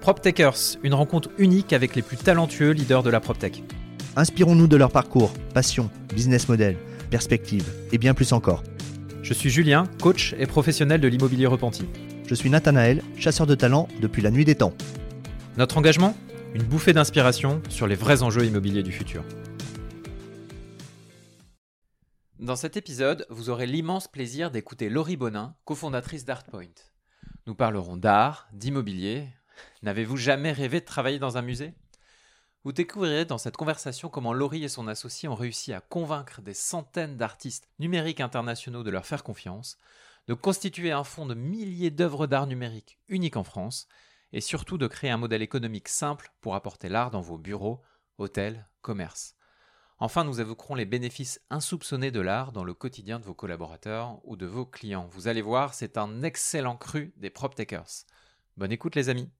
PropTechers, une rencontre unique avec les plus talentueux leaders de la PropTech. Inspirons-nous de leur parcours, passion, business model, perspective et bien plus encore. Je suis Julien, coach et professionnel de l'immobilier repenti. Je suis Nathanaël, chasseur de talent depuis la nuit des temps. Notre engagement ? Une bouffée d'inspiration sur les vrais enjeux immobiliers du futur. Dans cet épisode, vous aurez l'immense plaisir d'écouter Laurie Bonin, cofondatrice d'Artpoint. Nous parlerons d'art, d'immobilier. N'avez-vous jamais rêvé de travailler dans un musée ? Vous découvrirez dans cette conversation comment Laurie et son associé ont réussi à convaincre des centaines d'artistes numériques internationaux de leur faire confiance, de constituer un fonds de milliers d'œuvres d'art numérique uniques en France, et surtout de créer un modèle économique simple pour apporter l'art dans vos bureaux, hôtels, commerces. Enfin, nous évoquerons les bénéfices insoupçonnés de l'art dans le quotidien de vos collaborateurs ou de vos clients. Vous allez voir, c'est un excellent cru des PropTechers. Bonne écoute les amis.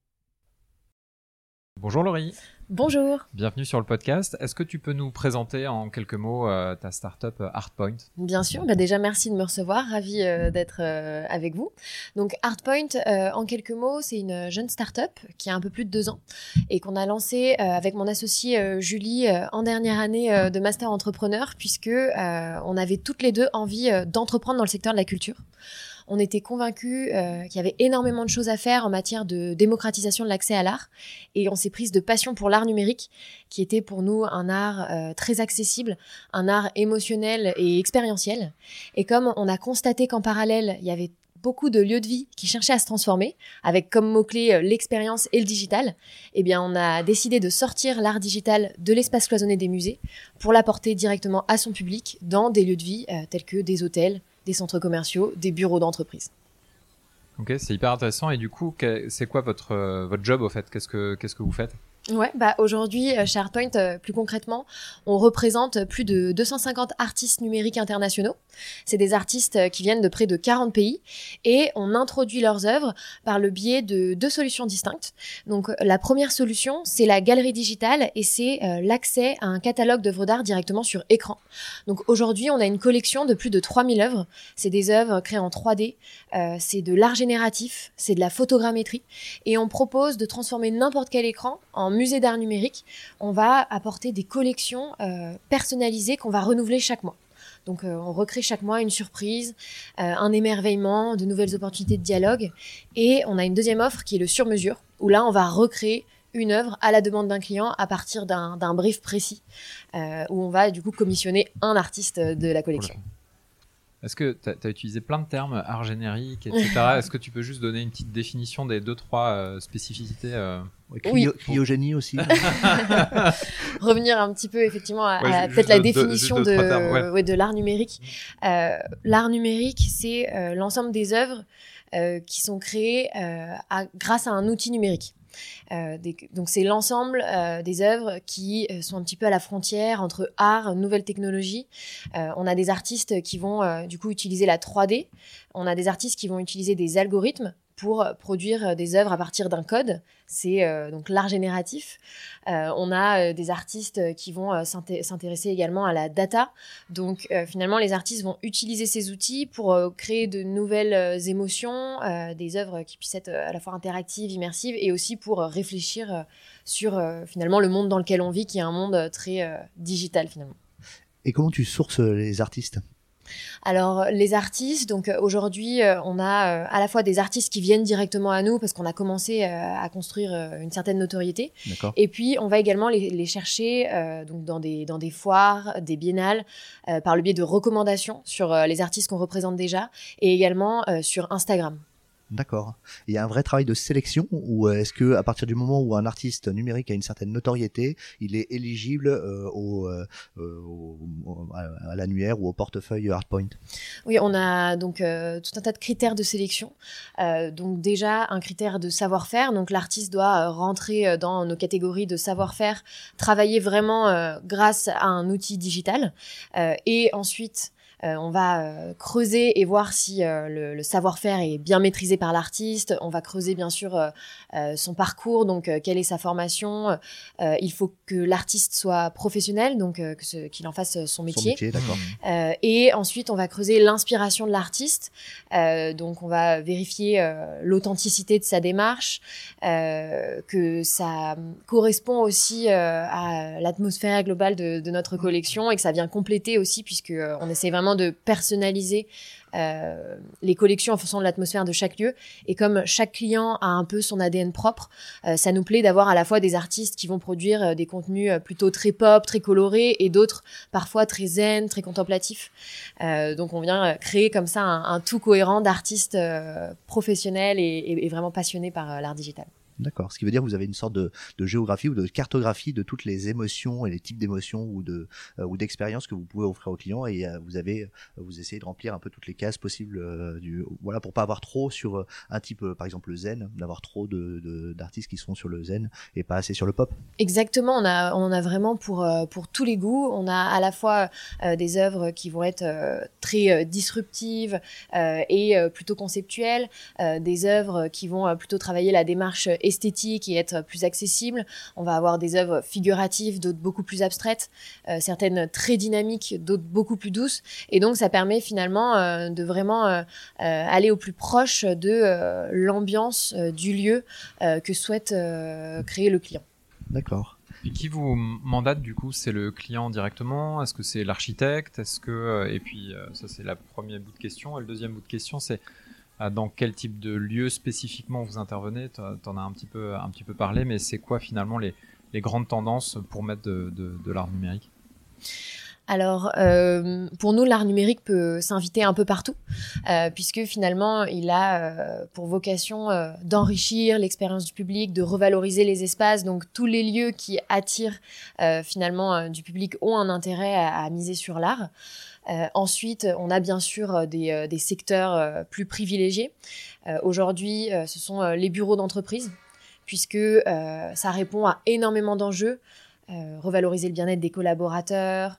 Bonjour Laurie. Bonjour. Bienvenue sur le podcast. Est-ce que tu peux nous présenter en quelques mots ta startup Artpoint ? Bien sûr. Déjà, merci de me recevoir. Ravie d'être avec vous. Donc, Artpoint, en quelques mots, c'est une jeune startup qui a un peu plus de 2 ans et qu'on a lancée avec mon associée Julie en dernière année de master entrepreneur puisque on avait toutes les deux envie d'entreprendre dans le secteur de la culture. On était convaincus qu'il y avait énormément de choses à faire en matière de démocratisation de l'accès à l'art et on s'est prise de passion pour l'art numérique qui était pour nous un art très accessible, un art émotionnel et expérientiel. Et comme on a constaté qu'en parallèle, il y avait beaucoup de lieux de vie qui cherchaient à se transformer, avec comme mots-clés l'expérience et le digital, eh bien on a décidé de sortir l'art digital de l'espace cloisonné des musées pour l'apporter directement à son public dans des lieux de vie tels que des hôtels, des centres commerciaux, des bureaux d'entreprise. Ok, c'est hyper intéressant. Et du coup, c'est quoi votre job au fait ? Qu'est-ce que vous faites ? Ouais, aujourd'hui, chez Artpoint, plus concrètement, on représente plus de 250 artistes numériques internationaux. C'est des artistes qui viennent de près de 40 pays et on introduit leurs œuvres par le biais de 2 solutions distinctes. Donc, la première solution, c'est la galerie digitale et c'est l'accès à un catalogue d'œuvres d'art directement sur écran. Donc, aujourd'hui, on a une collection de plus de 3000 œuvres. C'est des œuvres créées en 3D, c'est de l'art génératif, c'est de la photogrammétrie et on propose de transformer n'importe quel écran en musée d'art numérique. On va apporter des collections personnalisées qu'on va renouveler chaque mois. Donc, on recrée chaque mois une surprise, un émerveillement, de nouvelles opportunités de dialogue. Et on a une deuxième offre qui est le sur-mesure, où là, on va recréer une œuvre à la demande d'un client à partir d'un brief précis, où on va du coup commissionner un artiste de la collection. Voilà. Est-ce que tu as utilisé plein de termes, art générique, etc. Est-ce que tu peux juste donner une petite définition des 2-3 spécificités Oui. Cryogénie aussi. Revenir un petit peu effectivement à juste peut-être la définition deux, trois termes, de l'art numérique. L'art numérique, c'est l'ensemble des œuvres qui sont créées grâce à un outil numérique. Donc c'est l'ensemble des œuvres qui sont un petit peu à la frontière entre art, nouvelles technologies. On a des artistes qui vont du coup utiliser la 3D. On a des artistes qui vont utiliser des algorithmes pour produire des œuvres à partir d'un code. C'est donc l'art génératif. On a des artistes qui vont s'intéresser également à la data. Donc finalement, les artistes vont utiliser ces outils pour créer de nouvelles émotions, des œuvres qui puissent être à la fois interactives, immersives, et aussi pour réfléchir sur finalement le monde dans lequel on vit, qui est un monde très digital finalement. Et comment tu sources les artistes ? Alors, les artistes, donc aujourd'hui, on a à la fois des artistes qui viennent directement à nous parce qu'on a commencé à construire une certaine notoriété. D'accord. Et puis, on va également les chercher donc dans des foires, des biennales, par le biais de recommandations sur les artistes qu'on représente déjà et également sur Instagram. D'accord. Il y a un vrai travail de sélection ou est-ce que à partir du moment où un artiste numérique a une certaine notoriété, il est éligible à l'annuaire ou au portefeuille Artpoint ? Oui, on a donc tout un tas de critères de sélection. Donc déjà, un critère de savoir-faire. Donc l'artiste doit rentrer dans nos catégories de savoir-faire, travailler vraiment grâce à un outil digital. Et ensuite, On va creuser et voir si le savoir-faire est bien maîtrisé par l'artiste. On va creuser bien sûr son parcours, donc quelle est sa formation. Il faut que l'artiste soit professionnel, donc qu'il en fasse son métier. Son métier, d'accord. Et ensuite, on va creuser l'inspiration de l'artiste. Donc, on va vérifier l'authenticité de sa démarche, que ça correspond aussi à l'atmosphère globale de notre collection et que ça vient compléter aussi, puisque on essaie vraiment de personnaliser les collections en fonction de l'atmosphère de chaque lieu. Et comme chaque client a un peu son ADN propre, ça nous plaît d'avoir à la fois des artistes qui vont produire des contenus plutôt très pop, très colorés, et d'autres parfois très zen, très contemplatifs. Donc on vient créer comme ça un tout cohérent d'artistes professionnels et vraiment passionnés par l'art digital. D'accord. Ce qui veut dire que vous avez une sorte de géographie ou de cartographie de toutes les émotions et les types d'émotions ou d'expériences que vous pouvez offrir aux clients, et vous essayez de remplir un peu toutes les cases possibles voilà, pour pas avoir trop sur un type, par exemple le zen, d'avoir trop d'artistes qui sont sur le zen et pas assez sur le pop. Exactement. On a vraiment pour tous les goûts. On a à la fois des œuvres qui vont être très disruptives et plutôt conceptuelles, des œuvres qui vont plutôt travailler la démarche esthétique et être plus accessible. On va avoir des œuvres figuratives, d'autres beaucoup plus abstraites, certaines très dynamiques, d'autres beaucoup plus douces. Et donc, ça permet finalement de vraiment aller au plus proche de l'ambiance du lieu que souhaite créer le client. D'accord. Et qui vous mandate du coup? C'est le client directement? Est-ce que c'est l'architecte? Est-ce que et puis ça c'est la première bout de question. Et le deuxième bout de question, c'est dans quel type de lieu spécifiquement vous intervenez? T'en as un petit peu parlé, mais c'est quoi finalement les grandes tendances pour mettre de l'art numérique? Alors, pour nous, l'art numérique peut s'inviter un peu partout, puisque finalement, il a pour vocation d'enrichir l'expérience du public, de revaloriser les espaces. Donc, tous les lieux qui attirent finalement du public ont un intérêt à miser sur l'art. Ensuite, on a bien sûr des secteurs plus privilégiés. Aujourd'hui, ce sont les bureaux d'entreprise, puisque ça répond à énormément d'enjeux. Revaloriser le bien-être des collaborateurs,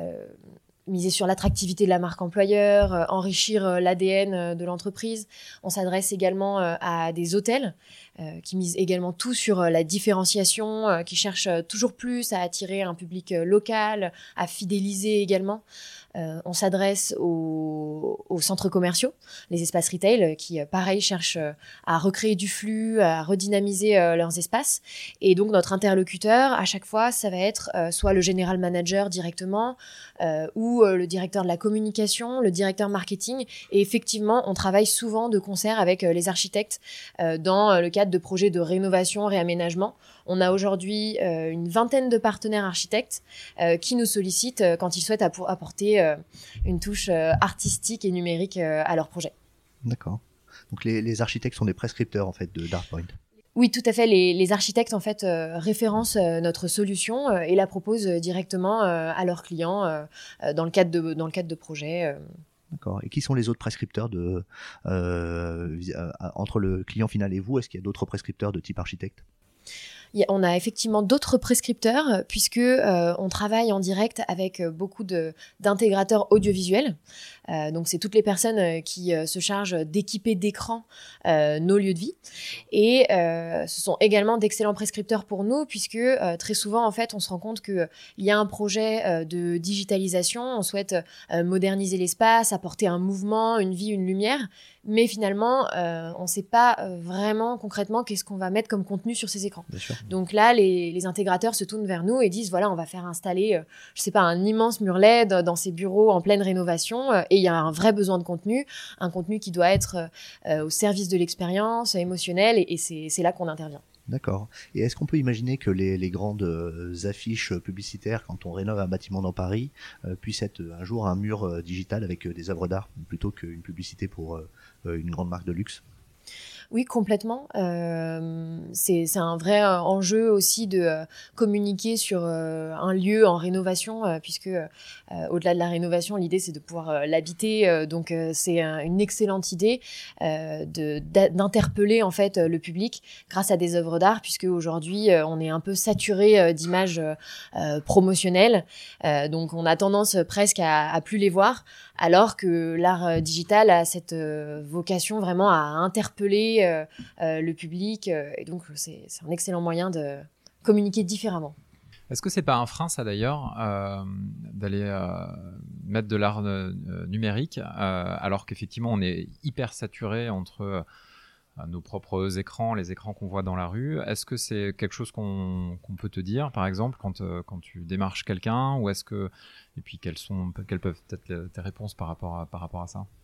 miser sur l'attractivité de la marque employeur, enrichir l'ADN de l'entreprise. On s'adresse également à des hôtels qui misent également tout sur la différenciation, qui cherchent toujours plus à attirer un public local, à fidéliser également. On s'adresse aux centres commerciaux, les espaces retail, qui, pareil, cherchent à recréer du flux, à redynamiser leurs espaces. Et donc, notre interlocuteur, à chaque fois, ça va être soit le general manager directement, ou le directeur de la communication, le directeur marketing. Et effectivement, on travaille souvent de concert avec les architectes dans le cadre de projets de rénovation, réaménagement. On a aujourd'hui une vingtaine de partenaires architectes qui nous sollicitent quand ils souhaitent apporter une touche artistique et numérique à leur projet. D'accord. Donc les architectes sont des prescripteurs en fait d'Artpoint. Oui, tout à fait. Les architectes en fait référencent notre solution et la proposent directement à leurs clients dans le cadre de projets. D'accord. Et qui sont les autres prescripteurs entre le client final et vous? Est-ce qu'il y a d'autres prescripteurs de type architecte? On a effectivement d'autres prescripteurs puisque on travaille en direct avec beaucoup d'intégrateurs audiovisuels. Donc c'est toutes les personnes qui se chargent d'équiper d'écrans nos lieux de vie. Et ce sont également d'excellents prescripteurs pour nous puisque très souvent en fait on se rend compte qu'il y a un projet de digitalisation. On souhaite moderniser l'espace, apporter un mouvement, une vie, une lumière. Mais finalement, on ne sait pas vraiment concrètement qu'est-ce qu'on va mettre comme contenu sur ces écrans. Donc là, les intégrateurs se tournent vers nous et disent, voilà, on va faire installer, je sais pas, un immense mur LED dans ces bureaux en pleine rénovation. Et il y a un vrai besoin de contenu, un contenu qui doit être au service de l'expérience émotionnelle. Et c'est là qu'on intervient. D'accord. Et est-ce qu'on peut imaginer que les grandes affiches publicitaires, quand on rénove un bâtiment dans Paris, puissent être un jour un mur digital avec des œuvres d'art, plutôt qu'une publicité pour une grande marque de luxe? Oui, complètement. C'est un vrai enjeu aussi de communiquer sur un lieu en rénovation, puisque au-delà de la rénovation, l'idée c'est de pouvoir l'habiter. Donc c'est une excellente idée d'interpeller en fait le public grâce à des œuvres d'art, puisque aujourd'hui on est un peu saturé d'images promotionnelles. Donc on a tendance presque à plus les voir, alors que l'art digital a cette vocation vraiment à interpeller le public. Et donc, c'est un excellent moyen de communiquer différemment. Est-ce que c'est pas un frein, ça d'ailleurs, d'aller mettre de l'art numérique, alors qu'effectivement on est hyper saturé entre nos propres écrans, les écrans qu'on voit dans la rue? Est-ce que c'est quelque chose qu'on peut te dire, par exemple, quand tu démarches quelqu'un, ou est-ce que, et puis quelles peuvent être tes réponses par rapport à ça?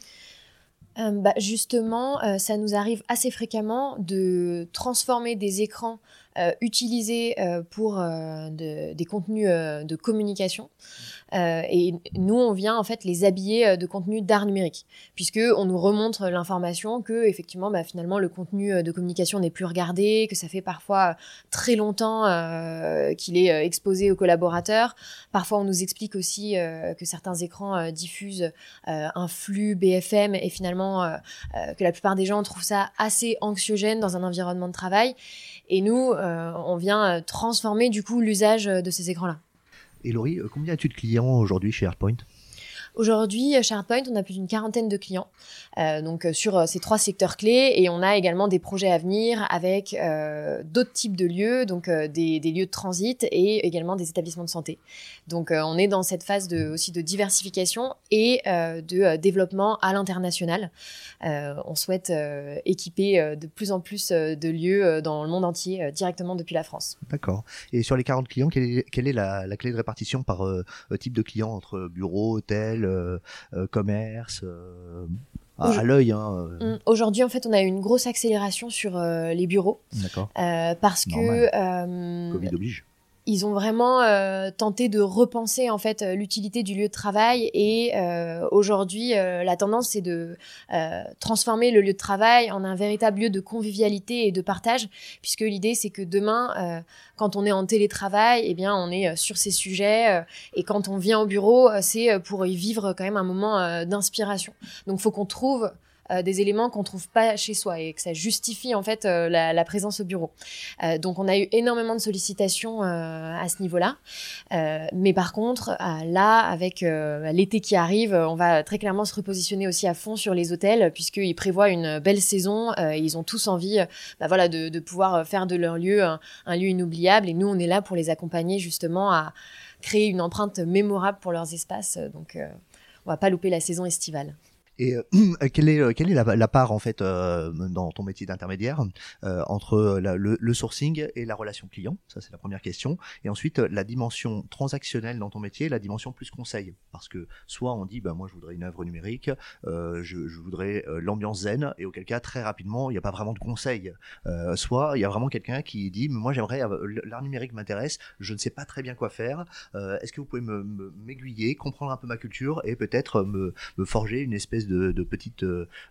Justement, ça nous arrive assez fréquemment de transformer des écrans utilisés pour des contenus de communication. Et nous, on vient en fait les habiller de contenus d'art numérique, puisque on nous remonte l'information que effectivement, finalement, le contenu de communication n'est plus regardé, que ça fait parfois très longtemps qu'il est exposé aux collaborateurs. Parfois, on nous explique aussi que certains écrans diffusent un flux BFM et finalement que la plupart des gens trouvent ça assez anxiogène dans un environnement de travail. Et nous, on vient transformer du coup l'usage de ces écrans-là. Et Laurie, combien as-tu de clients aujourd'hui chez ArtPoint ? Aujourd'hui, chez ArtPoint, on a plus d'une quarantaine de clients, donc sur ces 3 secteurs clés, et on a également des projets à venir avec d'autres types de lieux, donc des lieux de transit et également des établissements de santé. Donc on est dans cette phase aussi de diversification et de développement à l'international. On souhaite équiper de plus en plus de lieux dans le monde entier directement depuis la France. D'accord. Et sur les 40 clients, quelle est la clé de répartition par type de client entre bureau, hôtel, commerce, à l'œil, Aujourd'hui, en fait, on a eu une grosse accélération sur les bureaux. D'accord. Parce normal. Covid oblige. Ils ont vraiment tenté de repenser en fait l'utilité du lieu de travail, et aujourd'hui la tendance c'est de transformer le lieu de travail en un véritable lieu de convivialité et de partage, puisque l'idée c'est que demain quand on est en télétravail, eh bien on est sur ces sujets et quand on vient au bureau c'est pour y vivre quand même un moment d'inspiration. Donc faut qu'on trouve des éléments qu'on trouve pas chez soi et que ça justifie en fait la présence au bureau. Donc on a eu énormément de sollicitations à ce niveau-là. Mais par contre, là, avec l'été qui arrive, on va très clairement se repositionner aussi à fond sur les hôtels, puisqu'ils prévoient une belle saison. Ils ont tous envie de pouvoir faire de leur lieu un lieu inoubliable. Et nous, on est là pour les accompagner justement à créer une empreinte mémorable pour leurs espaces. Donc on va pas louper la saison estivale. Et quelle est la part en fait dans ton métier d'intermédiaire entre le sourcing et la relation client? Ça c'est la première question. Et ensuite la dimension transactionnelle dans ton métier, la dimension plus conseil. Parce que soit on dit moi je voudrais une œuvre numérique, je voudrais l'ambiance zen, et auquel cas très rapidement il n'y a pas vraiment de conseil. Soit il y a vraiment quelqu'un qui dit moi j'aimerais l'art numérique m'intéresse, je ne sais pas très bien quoi faire. Est-ce que vous pouvez m'aiguiller, comprendre un peu ma culture et peut-être me forger une espèce de petite,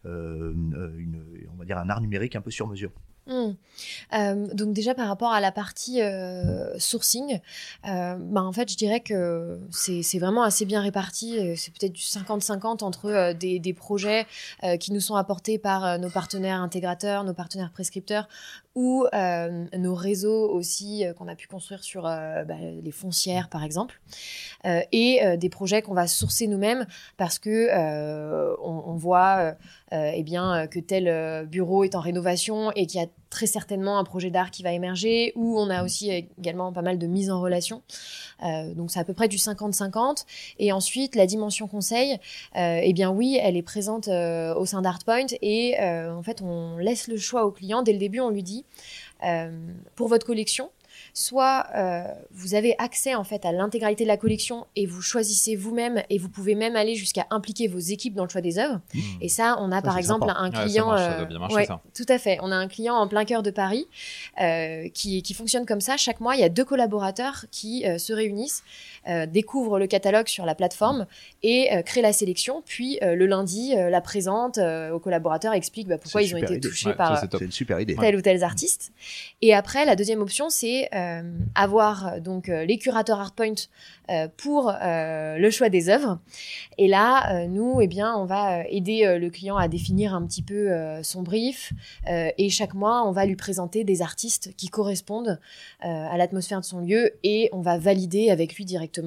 on va dire un art numérique un peu sur mesure. Donc déjà par rapport à la partie sourcing, en fait je dirais que c'est vraiment assez bien réparti. C'est peut-être du 50-50 entre des projets qui nous sont apportés par nos partenaires intégrateurs, nos partenaires prescripteurs, ou nos réseaux aussi qu'on a pu construire sur les foncières par exemple, et des projets qu'on va sourcer nous-mêmes parce que on voit que tel bureau est en rénovation et qu'il y a très certainement un projet d'art qui va émerger, où on a aussi également pas mal de mise en relation. Donc c'est à peu près du 50-50. Et ensuite, la dimension conseil, oui, elle est présente au sein d'ArtPoint, et en fait, on laisse le choix au client. Dès le début, on lui dit, pour votre collection, soit vous avez accès en fait à l'intégralité de la collection et vous choisissez vous-même, et vous pouvez même aller jusqu'à impliquer vos équipes dans le choix des œuvres. Et ça, on a par exemple un client, ça doit bien marcher, ça. Tout à fait. On a un client en plein cœur de Paris qui fonctionne comme ça. Chaque mois, il y a 2 collaborateurs qui se réunissent, découvrent le catalogue sur la plateforme et créent la sélection. Puis le lundi, la présentent aux collaborateurs, expliquent pourquoi ils ont été touchés par tel ou tel artiste. Et après, la deuxième option, c'est avoir donc les curateurs ArtPoint pour le choix des œuvres. Et là, nous, on va aider le client à définir un petit peu son brief, et chaque mois, on va lui présenter des artistes qui correspondent à l'atmosphère de son lieu, et on va valider avec lui directement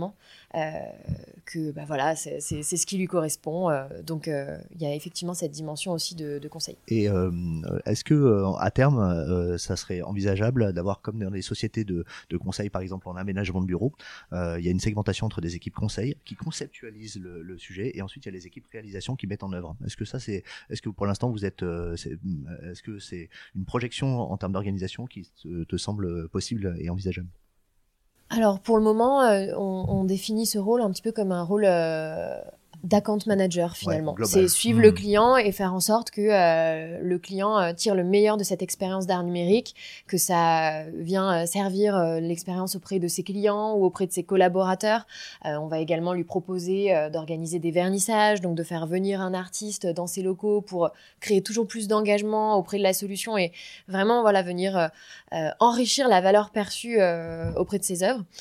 que voilà, c'est ce qui lui correspond. Donc il y a effectivement cette dimension aussi de conseil. Et est-ce que à terme, ça serait envisageable d'avoir, comme dans les sociétés de conseil, par exemple en aménagement de bureau, il y a une segmentation entre des équipes conseil qui conceptualisent le sujet, et ensuite il y a les équipes réalisation qui mettent en œuvre. Est-ce que pour l'instant vous êtes, est-ce que c'est une projection en termes d'organisation qui te semble possible et envisageable? Alors pour le moment, on définit ce rôle un petit peu comme un rôle d'account manager finalement. Ouais, c'est suivre le client et faire en sorte que le client tire le meilleur de cette expérience d'art numérique, que ça vient servir l'expérience auprès de ses clients ou auprès de ses collaborateurs. On va également lui proposer d'organiser des vernissages, donc de faire venir un artiste dans ses locaux pour créer toujours plus d'engagement auprès de la solution et vraiment venir enrichir la valeur perçue auprès de ses œuvres.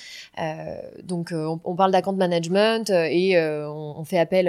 Donc on parle d'account management et on fait appel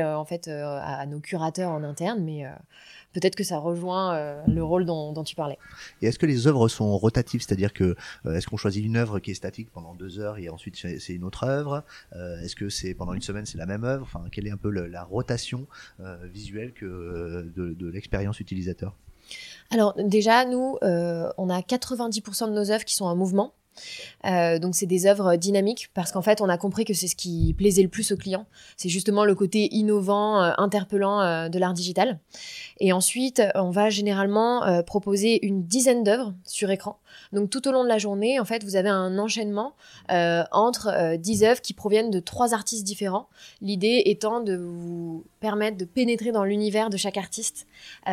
à nos curateurs en interne, mais peut-être que ça rejoint le rôle dont tu parlais. Et est-ce que les œuvres sont rotatives, c'est-à-dire que est-ce qu'on choisit une œuvre qui est statique pendant 2 heures et ensuite c'est une autre œuvre, est-ce que c'est pendant une semaine c'est la même œuvre, enfin quelle est un peu la rotation visuelle de l'expérience utilisateur? Alors déjà nous on a 90% de nos œuvres qui sont en mouvement. Donc c'est des œuvres dynamiques parce qu'en fait on a compris que c'est ce qui plaisait le plus aux clients, c'est justement le côté innovant, interpellant de l'art digital. Et ensuite on va généralement proposer une dizaine d'œuvres sur écran, donc tout au long de la journée en fait vous avez un enchaînement entre 10 œuvres qui proviennent de 3 artistes différents, l'idée étant de vous permettre de pénétrer dans l'univers de chaque artiste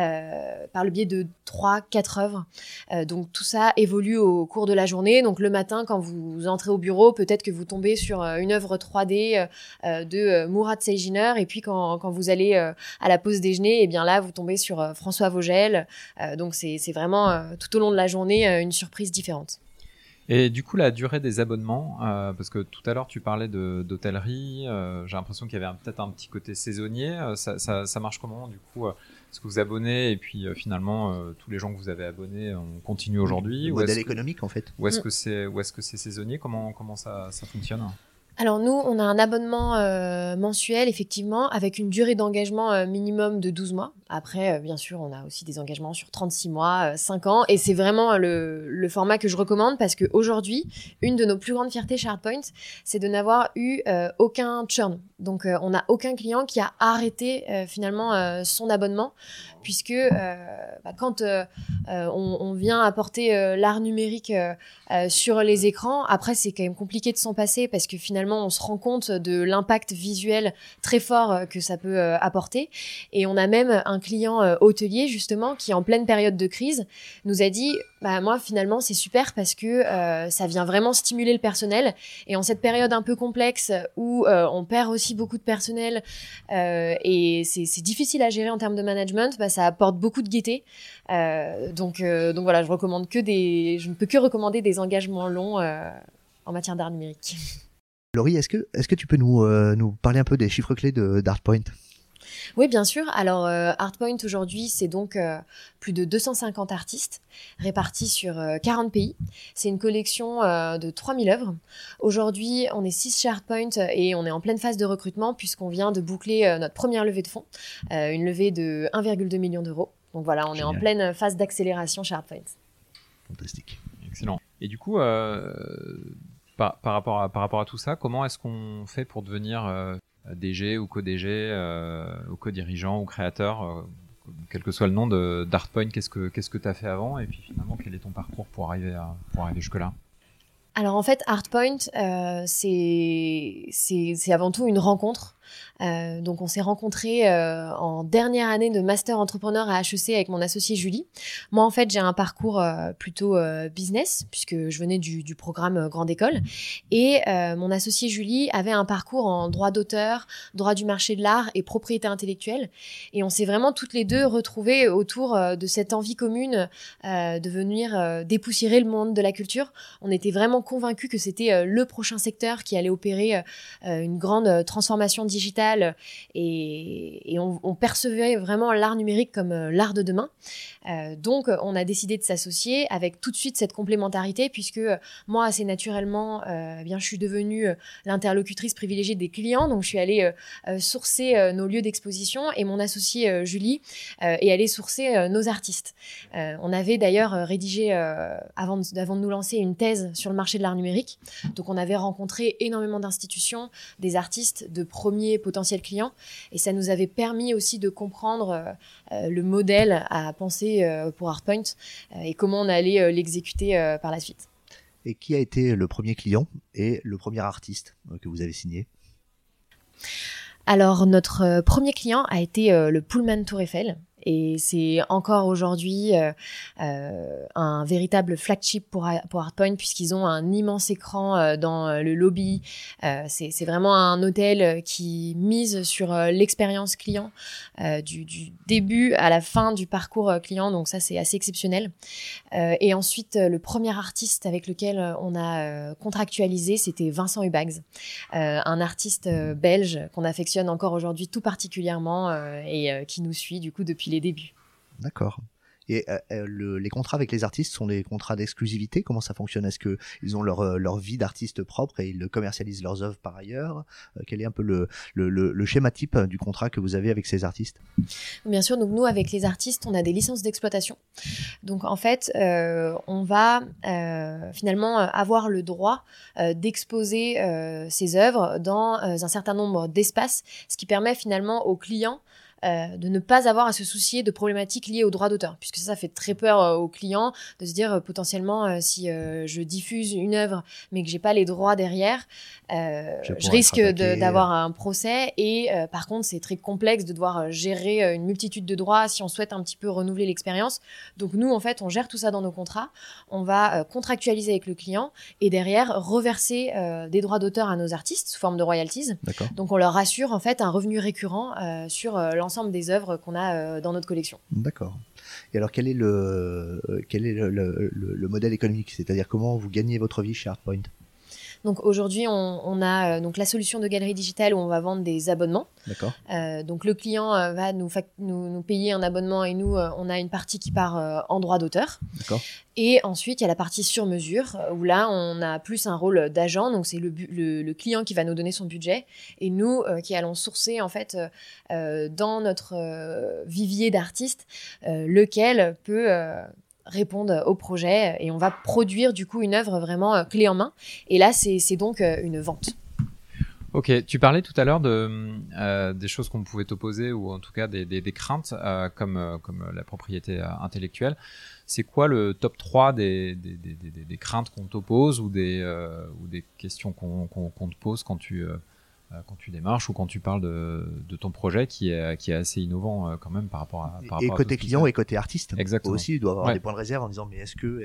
par le biais de 3-4 œuvres. Donc tout ça évolue au cours de la journée. Donc le matin, quand vous entrez au bureau, peut-être que vous tombez sur une œuvre 3D de Murat Seyjiner, et puis quand vous allez à la pause déjeuner, et bien là vous tombez sur François Vogel. Donc c'est vraiment tout au long de la journée une surprise différente. Et du coup, la durée des abonnements, parce que tout à l'heure tu parlais d'hôtellerie, j'ai l'impression qu'il y avait peut-être un petit côté saisonnier. Ça marche comment du coup? Est-ce que vous abonnez et puis finalement tous les gens que vous avez abonnés continuent aujourd'hui? Le modèle économique en fait. Ou est-ce que c'est saisonnier? Comment ça fonctionne? Alors nous, on a un abonnement mensuel, effectivement, avec une durée d'engagement minimum de 12 mois. Après, bien sûr, on a aussi des engagements sur 36 mois, 5 ans. Et c'est vraiment le format que je recommande parce qu'aujourd'hui, une de nos plus grandes fiertés chez Artpoint, c'est de n'avoir eu aucun churn. Donc, on n'a aucun client qui a arrêté finalement son abonnement puisque quand on vient apporter l'art numérique sur les écrans, après, c'est quand même compliqué de s'en passer parce que finalement, on se rend compte de l'impact visuel très fort que ça peut apporter. Et on a même un client hôtelier, justement, qui en pleine période de crise nous a dit moi, finalement, c'est super parce que ça vient vraiment stimuler le personnel. Et en cette période un peu complexe où on perd aussi beaucoup de personnel et c'est difficile à gérer en termes de management, ça apporte beaucoup de gaieté. Donc voilà, je ne peux que recommander des engagements longs en matière d'art numérique. Laurie, est-ce que tu peux nous parler un peu des chiffres clés d'Artpoint? Oui, bien sûr. Alors, Artpoint aujourd'hui, c'est donc plus de 250 artistes répartis sur 40 pays. C'est une collection de 3000 œuvres. Aujourd'hui, on est 6 chez Artpoint et on est en pleine phase de recrutement puisqu'on vient de boucler notre première levée de fonds, une levée de 1,2 million d'euros. Donc voilà, on est en pleine phase d'accélération chez Artpoint. Fantastique. Excellent. Et du coup, par rapport à tout ça, comment est-ce qu'on fait pour devenir DG ou co-DG ou co-dirigeant ou créateur, quel que soit le nom d'Artpoint? Qu'est-ce que tu as fait avant et puis finalement quel est ton parcours pour arriver jusque-là? Alors en fait, Artpoint, c'est avant tout une rencontre. Donc on s'est rencontrés en dernière année de master entrepreneur à HEC avec mon associée Julie. Moi en fait j'ai un parcours plutôt business puisque je venais du programme Grande École et mon associée Julie avait un parcours en droit d'auteur, droit du marché de l'art et propriété intellectuelle et on s'est vraiment toutes les deux retrouvées autour de cette envie commune de venir dépoussiérer le monde de la culture. On était vraiment convaincus que c'était le prochain secteur qui allait opérer une grande transformation digitale digital et on percevait vraiment l'art numérique comme l'art de demain. Donc, on a décidé de s'associer avec tout de suite cette complémentarité, puisque moi, assez naturellement, je suis devenue l'interlocutrice privilégiée des clients. Donc, je suis allée sourcer nos lieux d'exposition, et mon associée Julie est allée sourcer nos artistes. On avait d'ailleurs rédigé, avant de nous lancer, une thèse sur le marché de l'art numérique. Donc, on avait rencontré énormément d'institutions, des artistes, de premiers potentiels clients, et ça nous avait permis aussi de comprendre le modèle à penser pour Artpoint et comment on allait l'exécuter par la suite. Et qui a été le premier client et le premier artiste que vous avez signé ? Alors, notre premier client a été le Pullman Tour Eiffel. Et c'est encore aujourd'hui un véritable flagship pour Artpoint, puisqu'ils ont un immense écran dans le lobby. C'est vraiment un hôtel qui mise sur l'expérience client du début à la fin du parcours client. Donc ça, c'est assez exceptionnel. Et ensuite, le premier artiste avec lequel on a contractualisé, c'était Vincent Hubags, un artiste belge qu'on affectionne encore aujourd'hui tout particulièrement et qui nous suit du coup depuis les débuts. D'accord. Et les contrats avec les artistes sont des contrats d'exclusivité ? Comment ça fonctionne ? Est-ce qu'ils ont leur vie d'artiste propre et ils commercialisent leurs œuvres par ailleurs ? Quel est un peu le schéma type du contrat que vous avez avec ces artistes ? Bien sûr, donc nous, avec les artistes, on a des licences d'exploitation. Donc en fait, on va finalement avoir le droit d'exposer ces œuvres dans un certain nombre d'espaces, ce qui permet finalement aux clients de ne pas avoir à se soucier de problématiques liées aux droits d'auteur, puisque ça fait très peur aux clients de se dire potentiellement si je diffuse une œuvre mais que j'ai pas les droits derrière, je risque d'avoir un procès et par contre c'est très complexe de devoir gérer une multitude de droits si on souhaite un petit peu renouveler l'expérience. Donc nous en fait on gère tout ça dans nos contrats, on va contractualiser avec le client et derrière reverser des droits d'auteur à nos artistes sous forme de royalties. D'accord. Donc on leur assure en fait un revenu récurrent sur l'ensemble des œuvres qu'on a dans notre collection. D'accord. Et alors, quel est le modèle économique ? C'est-à-dire, comment vous gagnez votre vie chez Artpoint ? Donc aujourd'hui, on a donc la solution de galerie digitale où on va vendre des abonnements. D'accord. Donc le client va nous payer un abonnement et nous, on a une partie qui part en droit d'auteur. D'accord. Et ensuite, il y a la partie sur mesure où là, on a plus un rôle d'agent. Donc c'est le client qui va nous donner son budget et nous qui allons sourcer en fait dans notre vivier d'artistes lequel peut répondre au projet et on va produire du coup une œuvre vraiment clé en main. Et là, c'est donc une vente. Ok, tu parlais tout à l'heure des choses qu'on pouvait t'opposer ou en tout cas des craintes comme la propriété intellectuelle. C'est quoi le top 3 des craintes qu'on t'oppose ou des questions qu'on te pose quand tu démarches ou quand tu parles de ton projet qui est assez innovant quand même par rapport à et côté client et côté artiste. Exactement. Aussi, il doit avoir des points de réserve en disant mais est-ce que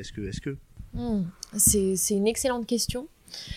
C'est une excellente question.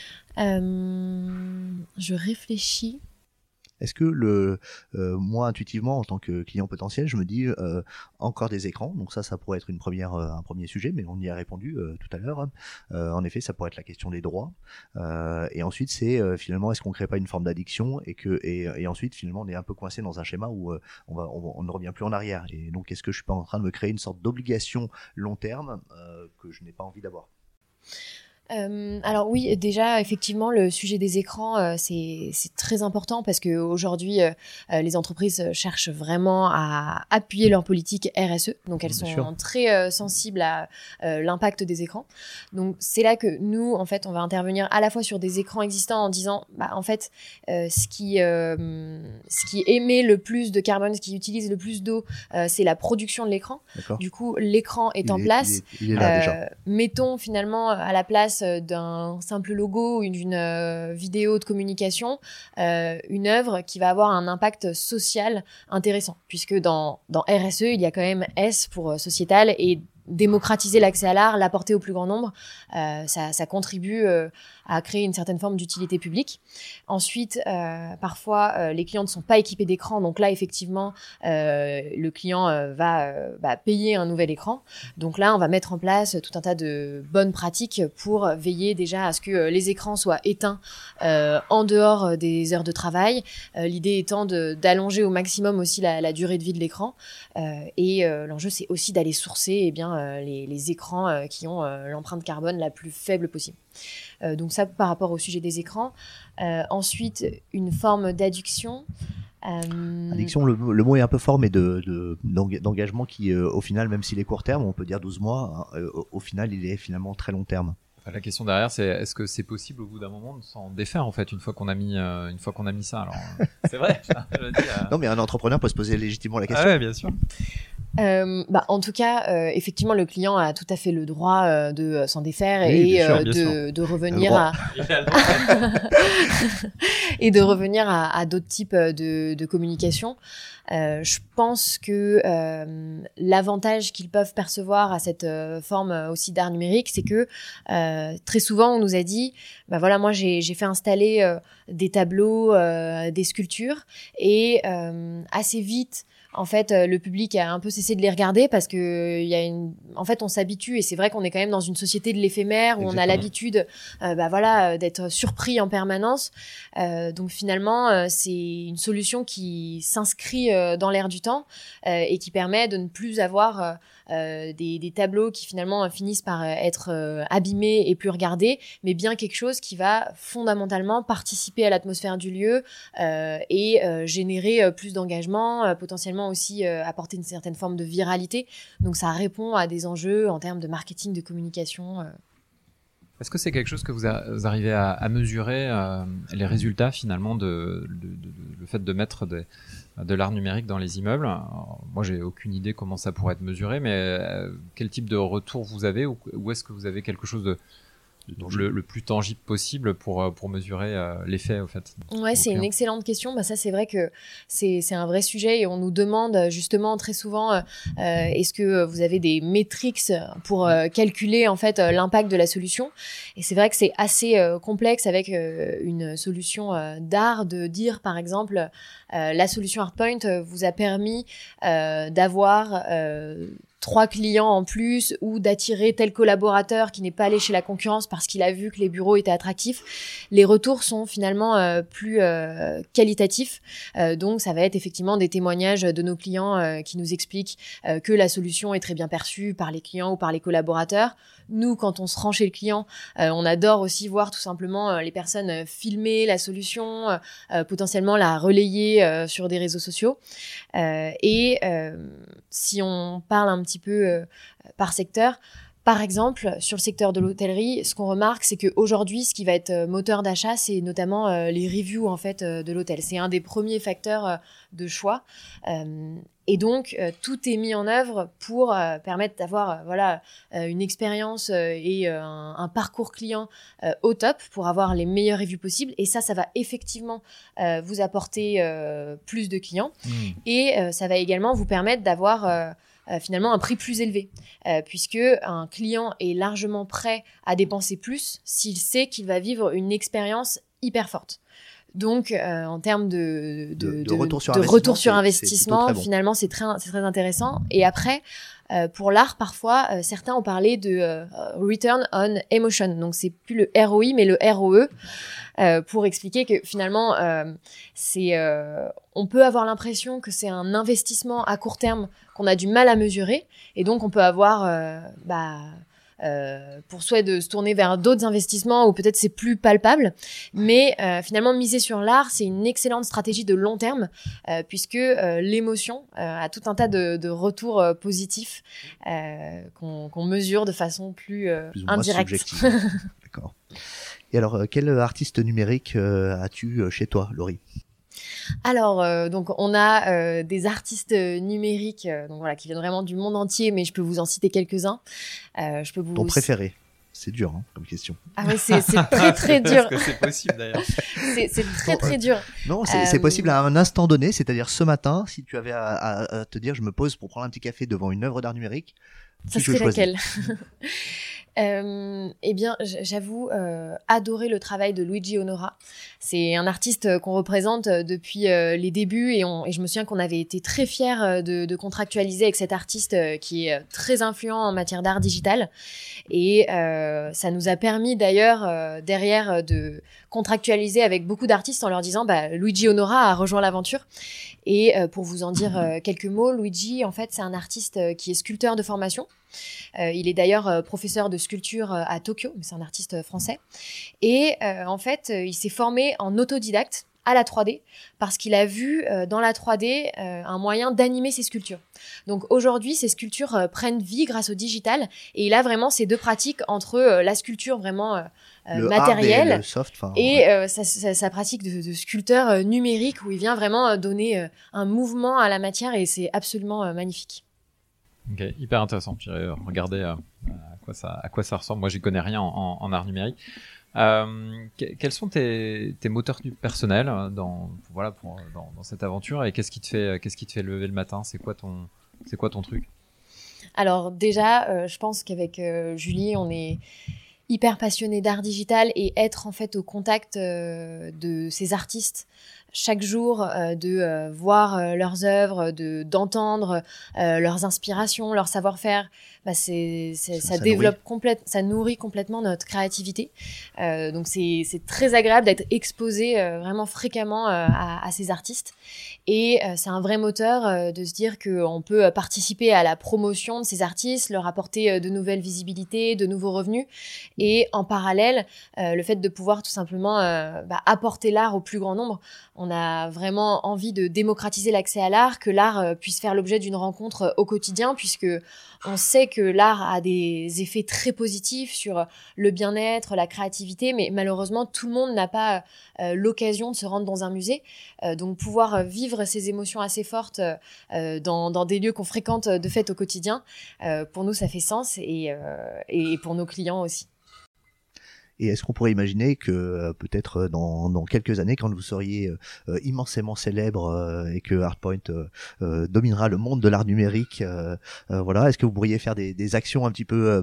Je réfléchis. Est-ce que moi intuitivement en tant que client potentiel, je me dis encore des écrans, donc ça pourrait être un premier sujet, mais on y a répondu tout à l'heure. En effet, ça pourrait être la question des droits. Et ensuite, c'est finalement est-ce qu'on crée pas une forme d'addiction et ensuite finalement on est un peu coincé dans un schéma où on ne revient plus en arrière. Et donc est-ce que je suis pas en train de me créer une sorte d'obligation long terme que je n'ai pas envie d'avoir? Alors oui, déjà effectivement le sujet des écrans c'est très important parce que aujourd'hui les entreprises cherchent vraiment à appuyer leur politique RSE, donc elles sont très sensibles à l'impact des écrans. Donc c'est là que nous en fait on va intervenir à la fois sur des écrans existants en disant en fait ce qui émet le plus de carbone, ce qui utilise le plus d'eau, c'est la production de l'écran. D'accord. Du coup l'écran est en place. Il est là déjà. Mettons finalement à la place d'un simple logo ou d'une vidéo de communication, une œuvre qui va avoir un impact social intéressant, puisque dans RSE, il y a quand même S pour sociétal, et démocratiser l'accès à l'art, l'apporter au plus grand nombre, ça contribue à créer une certaine forme d'utilité publique. Ensuite, parfois, les clients ne sont pas équipés d'écran, donc là, effectivement, le client va payer un nouvel écran. Donc là, on va mettre en place tout un tas de bonnes pratiques pour veiller déjà à ce que les écrans soient éteints en dehors des heures de travail. L'idée étant d'allonger au maximum aussi la durée de vie de l'écran. Et l'enjeu, c'est aussi d'aller sourcer les écrans qui ont l'empreinte carbone la plus faible possible. Donc ça, par rapport au sujet des écrans. Ensuite, une forme d'addiction. Addiction, le mot est un peu fort, mais d'engagement qui, au final, même s'il est court terme, on peut dire 12 mois, au final, il est finalement très long terme. La question derrière, c'est est-ce que c'est possible au bout d'un moment de s'en défaire en fait une fois qu'on a mis ça. Alors c'est vrai. Je veux dire, Non, mais un entrepreneur peut se poser légitimement la question. Ah ouais, bien sûr. En tout cas, effectivement, le client a tout à fait le droit de s'en défaire Oui, de revenir et de revenir à d'autres types de communication. Je pense que l'avantage qu'ils peuvent percevoir à cette forme aussi d'art numérique, c'est que très souvent on nous a dit, bah voilà, moi j'ai fait installer des tableaux, des sculptures, et assez vite, en fait, le public a un peu cessé de les regarder parce que en fait, on s'habitue, et c'est vrai qu'on est quand même dans une société de l'éphémère où Exactement. On a l'habitude, d'être surpris en permanence. Donc finalement, c'est une solution qui s'inscrit dans l'air du temps et qui permet de ne plus avoir des tableaux qui finalement finissent par être abîmés et plus regardés, mais bien quelque chose qui va fondamentalement participer à l'atmosphère du lieu et générer plus d'engagement, potentiellement aussi apporter une certaine forme de viralité. Donc ça répond à des enjeux en termes de marketing, de communication. Est-ce que c'est quelque chose que vous arrivez à mesurer, les résultats finalement le fait de mettre de l'art numérique dans les immeubles? Alors, moi, j'ai aucune idée comment ça pourrait être mesuré, mais quel type de retour vous avez, ou est-ce que vous avez quelque chose le plus tangible possible pour mesurer l'effet, au fait? Ouais, c'est une excellente question. Ça, c'est vrai que c'est un vrai sujet, et on nous demande justement très souvent est-ce que vous avez des métriques pour calculer en fait l'impact de la solution. Et c'est vrai que c'est assez complexe avec une solution d'art de dire, par exemple, la solution Artpoint vous a permis d'avoir 3 clients en plus, ou d'attirer tel collaborateur qui n'est pas allé chez la concurrence parce qu'il a vu que les bureaux étaient attractifs. Les retours sont finalement plus qualitatifs. Donc ça va être effectivement des témoignages de nos clients qui nous expliquent que la solution est très bien perçue par les clients ou par les collaborateurs. Nous, quand on se rend chez le client, on adore aussi voir tout simplement les personnes filmer la solution, potentiellement la relayer sur des réseaux sociaux. Si on parle un petit peu par secteur, par exemple, sur le secteur de l'hôtellerie, ce qu'on remarque, c'est qu'aujourd'hui, ce qui va être moteur d'achat, c'est notamment les reviews en fait de l'hôtel. C'est un des premiers facteurs de choix. Et donc, tout est mis en œuvre pour permettre d'avoir une expérience et un parcours client au top pour avoir les meilleures reviews possibles. Et ça va effectivement vous apporter plus de clients. Et ça va également vous permettre d'avoir finalement un prix plus élevé, puisque un client est largement prêt à dépenser plus s'il sait qu'il va vivre une expérience hyper forte. Donc, en termes de retour sur investissement, finalement, c'est très intéressant. Et après, pour l'art, parfois, certains ont parlé de Return on Emotion. Donc, c'est plus le ROI, mais le ROE, pour expliquer que finalement, on peut avoir l'impression que c'est un investissement à court terme qu'on a du mal à mesurer. Et donc, on peut avoir pour souhait de se tourner vers d'autres investissements où peut-être c'est plus palpable, mais finalement miser sur l'art, c'est une excellente stratégie de long terme, puisque l'émotion a tout un tas de retours positifs qu'on mesure de façon plus indirecte. D'accord. Et alors, quel artiste numérique as-tu chez toi, Laurie ? Alors, donc on a des artistes numériques qui viennent vraiment du monde entier, mais je peux vous en citer quelques-uns. Ton préféré? C'est dur comme question. Ah oui, c'est très très dur. Est-ce que c'est possible d'ailleurs? C'est très très dur. Non, c'est possible à un instant donné, c'est-à-dire ce matin, si tu avais à te dire je me pose pour prendre un petit café devant une œuvre d'art numérique, Ça serait laquelle? Eh bien, j'avoue adorer le travail de Luigi Onora. C'est un artiste qu'on représente depuis les débuts et je me souviens qu'on avait été très fiers de contractualiser avec cet artiste qui est très influent en matière d'art digital. Et ça nous a permis d'ailleurs derrière de contractualiser avec beaucoup d'artistes en leur disant Luigi Onora a rejoint l'aventure. Et pour vous en dire quelques mots, Luigi, en fait, c'est un artiste qui est sculpteur de formation. Il est d'ailleurs professeur de sculpture à Tokyo, mais c'est un artiste français. Et en fait, il s'est formé en autodidacte à la 3D parce qu'il a vu dans la 3D un moyen d'animer ses sculptures. Donc aujourd'hui, ses sculptures prennent vie grâce au digital et il a vraiment ces deux pratiques entre la sculpture vraiment matérielle et le soft, sa pratique de sculpteur numérique où il vient vraiment donner un mouvement à la matière et c'est absolument magnifique. Ok, hyper intéressant. J'irai regarder à quoi ça ressemble. Moi, j'y connais rien en art numérique. Quels sont tes moteurs personnels dans cette aventure et qu'est-ce qui te fait lever le matin? C'est quoi ton truc? Alors déjà, je pense qu'avec Julie, on est hyper passionné d'art digital et être en fait au contact de ces artistes chaque jour, de voir leurs œuvres, d'entendre leurs inspirations, leur savoir-faire, ça développe ça nourrit complètement notre créativité. Donc c'est très agréable d'être exposé vraiment fréquemment à ces artistes. Et c'est un vrai moteur de se dire qu'on peut participer à la promotion de ces artistes, leur apporter de nouvelles visibilités, de nouveaux revenus. Et en parallèle, le fait de pouvoir tout simplement apporter l'art au plus grand nombre. On a vraiment envie de démocratiser l'accès à l'art, que l'art puisse faire l'objet d'une rencontre au quotidien, puisque on sait que l'art a des effets très positifs sur le bien-être, la créativité, mais malheureusement, tout le monde n'a pas l'occasion de se rendre dans un musée. Donc pouvoir vivre ces émotions assez fortes dans des lieux qu'on fréquente de fait au quotidien, pour nous, ça fait sens et pour nos clients aussi. Et est-ce qu'on pourrait imaginer que peut-être dans quelques années, quand vous seriez immensément célèbre et que Artpoint dominera le monde de l'art numérique, est-ce que vous pourriez faire des actions un petit peu,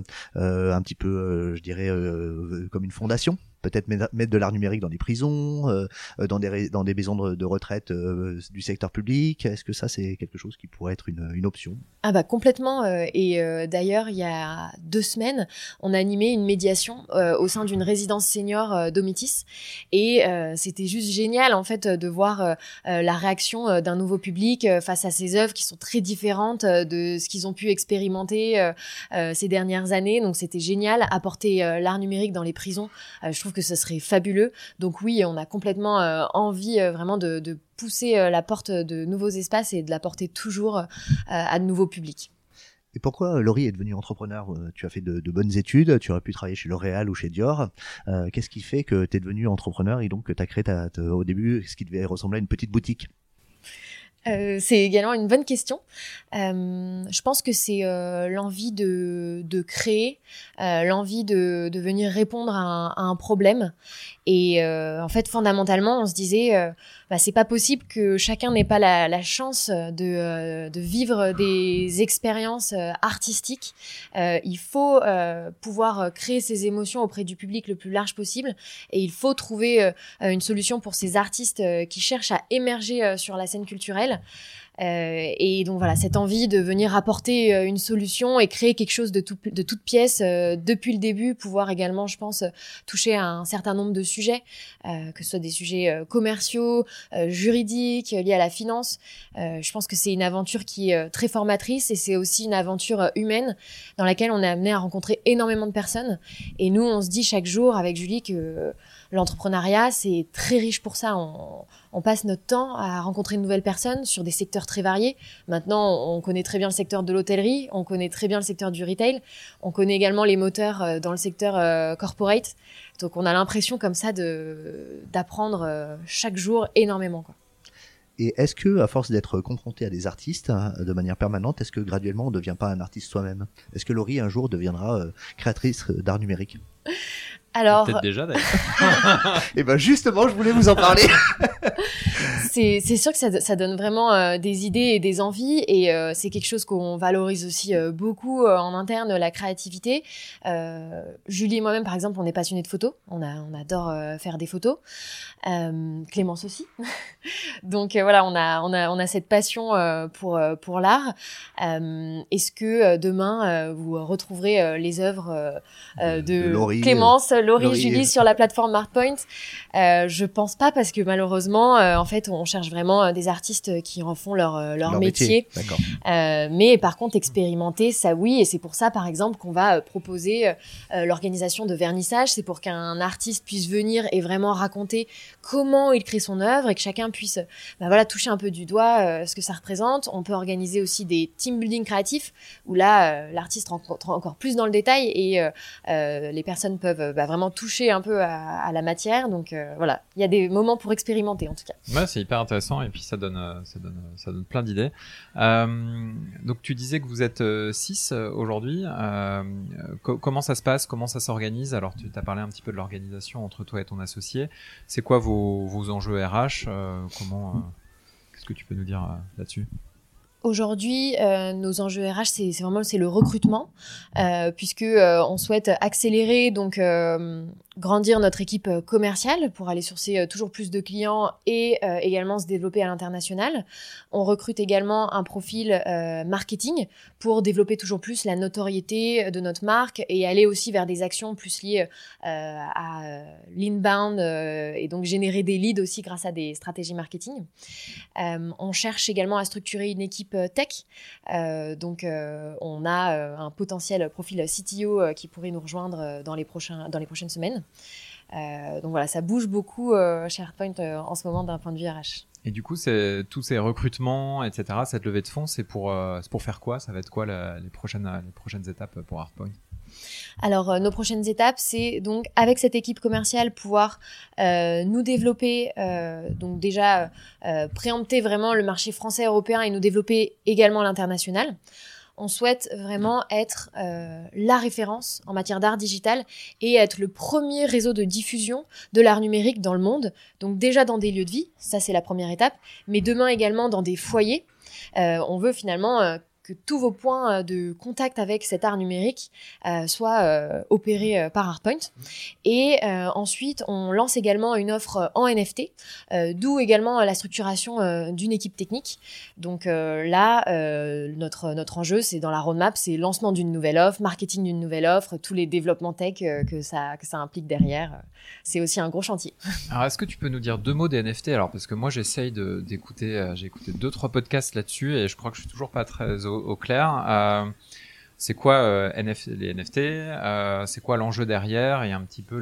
je dirais, comme une fondation? Peut-être mettre de l'art numérique dans des prisons, dans des maisons de retraite du secteur public. Est-ce que ça, c'est quelque chose qui pourrait être une option? Complètement. Et d'ailleurs, il y a 2 semaines, on a animé une médiation au sein d'une résidence senior Domitis. Et c'était juste génial, en fait, de voir la réaction d'un nouveau public face à ces œuvres qui sont très différentes de ce qu'ils ont pu expérimenter ces dernières années. Donc, c'était génial. Apporter l'art numérique dans les prisons, je trouve que ce serait fabuleux. Donc oui, on a complètement envie vraiment de pousser la porte de nouveaux espaces et de la porter toujours à de nouveaux publics. Et pourquoi Laurie est devenue entrepreneur? Tu as fait de bonnes études, tu aurais pu travailler chez L'Oréal ou chez Dior. Qu'est-ce qui fait que tu es devenue entrepreneur et donc que tu as créé au début ce qui devait ressembler à une petite boutique? C'est également une bonne question. Je pense que c'est l'envie de créer, l'envie de venir répondre à un problème. Et en fait, fondamentalement, on se disait, c'est pas possible que chacun n'ait pas la chance de vivre des expériences artistiques. Il faut pouvoir créer ses émotions auprès du public le plus large possible. Et il faut trouver une solution pour ces artistes qui cherchent à émerger sur la scène culturelle. Et donc voilà, cette envie de venir apporter une solution et créer quelque chose de toute pièce depuis le début, pouvoir également, je pense, toucher à un certain nombre de sujets, que ce soit des sujets commerciaux, juridiques, liés à la finance. Je pense que c'est une aventure qui est très formatrice et c'est aussi une aventure humaine dans laquelle on est amené à rencontrer énormément de personnes. Et nous, on se dit chaque jour avec Julie que l'entrepreneuriat, c'est très riche pour ça. On passe notre temps à rencontrer de nouvelles personnes sur des secteurs très variés. Maintenant, on connaît très bien le secteur de l'hôtellerie, on connaît très bien le secteur du retail, on connaît également les moteurs dans le secteur corporate. Donc, on a l'impression comme ça d'apprendre chaque jour énormément, quoi. Et est-ce que, à force d'être confronté à des artistes de manière permanente, est-ce que graduellement on ne devient pas un artiste soi-même? Est-ce que Laurie un jour deviendra créatrice d'art numérique? Alors, peut-être déjà d'ailleurs. Et ben justement, je voulais vous en parler. c'est sûr que ça donne vraiment des idées et des envies, et c'est quelque chose qu'on valorise aussi beaucoup en interne, la créativité. Julie et moi-même, par exemple, on est passionnés de photos. On adore faire des photos. Clémence aussi. Donc voilà, on a cette passion pour l'art. Est-ce que demain vous retrouverez les œuvres de Laurie, Clémence, Laurie, Laurie. Julie sur la plateforme Artpoint? Je pense pas, parce que malheureusement, en fait, on cherche vraiment des artistes qui en font leur métier. D'accord. Mais par contre, expérimenter, ça oui, et c'est pour ça, par exemple, qu'on va proposer l'organisation de vernissage. C'est pour qu'un artiste puisse venir et vraiment raconter comment il crée son œuvre, et que chacun puisse toucher un peu du doigt ce que ça représente. On peut organiser aussi des team building créatifs, où là, l'artiste rentre encore plus dans le détail, et les personnes peuvent vraiment toucher un peu à la matière. Donc voilà, il y a des moments pour expérimenter, en tout cas. Ouais, c'est hyper intéressant, et puis ça donne plein d'idées. Donc tu disais que vous êtes 6 aujourd'hui. Comment ça se passe? Comment ça s'organise? Alors tu t'as parlé un petit peu de l'organisation entre toi et ton associé. C'est quoi vos enjeux RH? Qu'est-ce que tu peux nous dire là-dessus? Aujourd'hui, nos enjeux RH, c'est le recrutement, puisque on souhaite accélérer, donc grandir notre équipe commerciale pour aller sourcer toujours plus de clients, et également se développer à l'international. On recrute également un profil marketing pour développer toujours plus la notoriété de notre marque, et aller aussi vers des actions plus liées à l'inbound, et donc générer des leads aussi grâce à des stratégies marketing. On cherche également à structurer une équipe tech. Donc on a un potentiel profil CTO qui pourrait nous rejoindre dans les prochaines semaines. Donc voilà, ça bouge beaucoup chez Artpoint en ce moment d'un point de vue RH. Et du coup, tous ces recrutements, etc., cette levée de fonds, c'est pour faire quoi? Ça va être quoi les prochaines étapes pour Artpoint? Alors, nos prochaines étapes, c'est donc avec cette équipe commerciale pouvoir nous développer, donc déjà préempter vraiment le marché français, européen, et nous développer également à l'international. On souhaite vraiment être la référence en matière d'art digital, et être le premier réseau de diffusion de l'art numérique dans le monde. Donc déjà dans des lieux de vie, ça c'est la première étape, mais demain également dans des foyers. On veut finalement que tous vos points de contact avec cet art numérique soient opérés par Artpoint. Et ensuite, on lance également une offre en NFT, d'où également la structuration d'une équipe technique. Donc là, notre enjeu, c'est dans la roadmap, c'est lancement d'une nouvelle offre, marketing d'une nouvelle offre, tous les développements tech que ça implique derrière. C'est aussi un gros chantier. Alors, est-ce que tu peux nous dire 2 mots des NFT? Alors, parce que moi, j'essaye d'écouter, j'ai écouté 2-3 podcasts là-dessus, et je crois que je suis toujours pas très au clair. C'est quoi les NFT? C'est quoi l'enjeu derrière, et un petit peu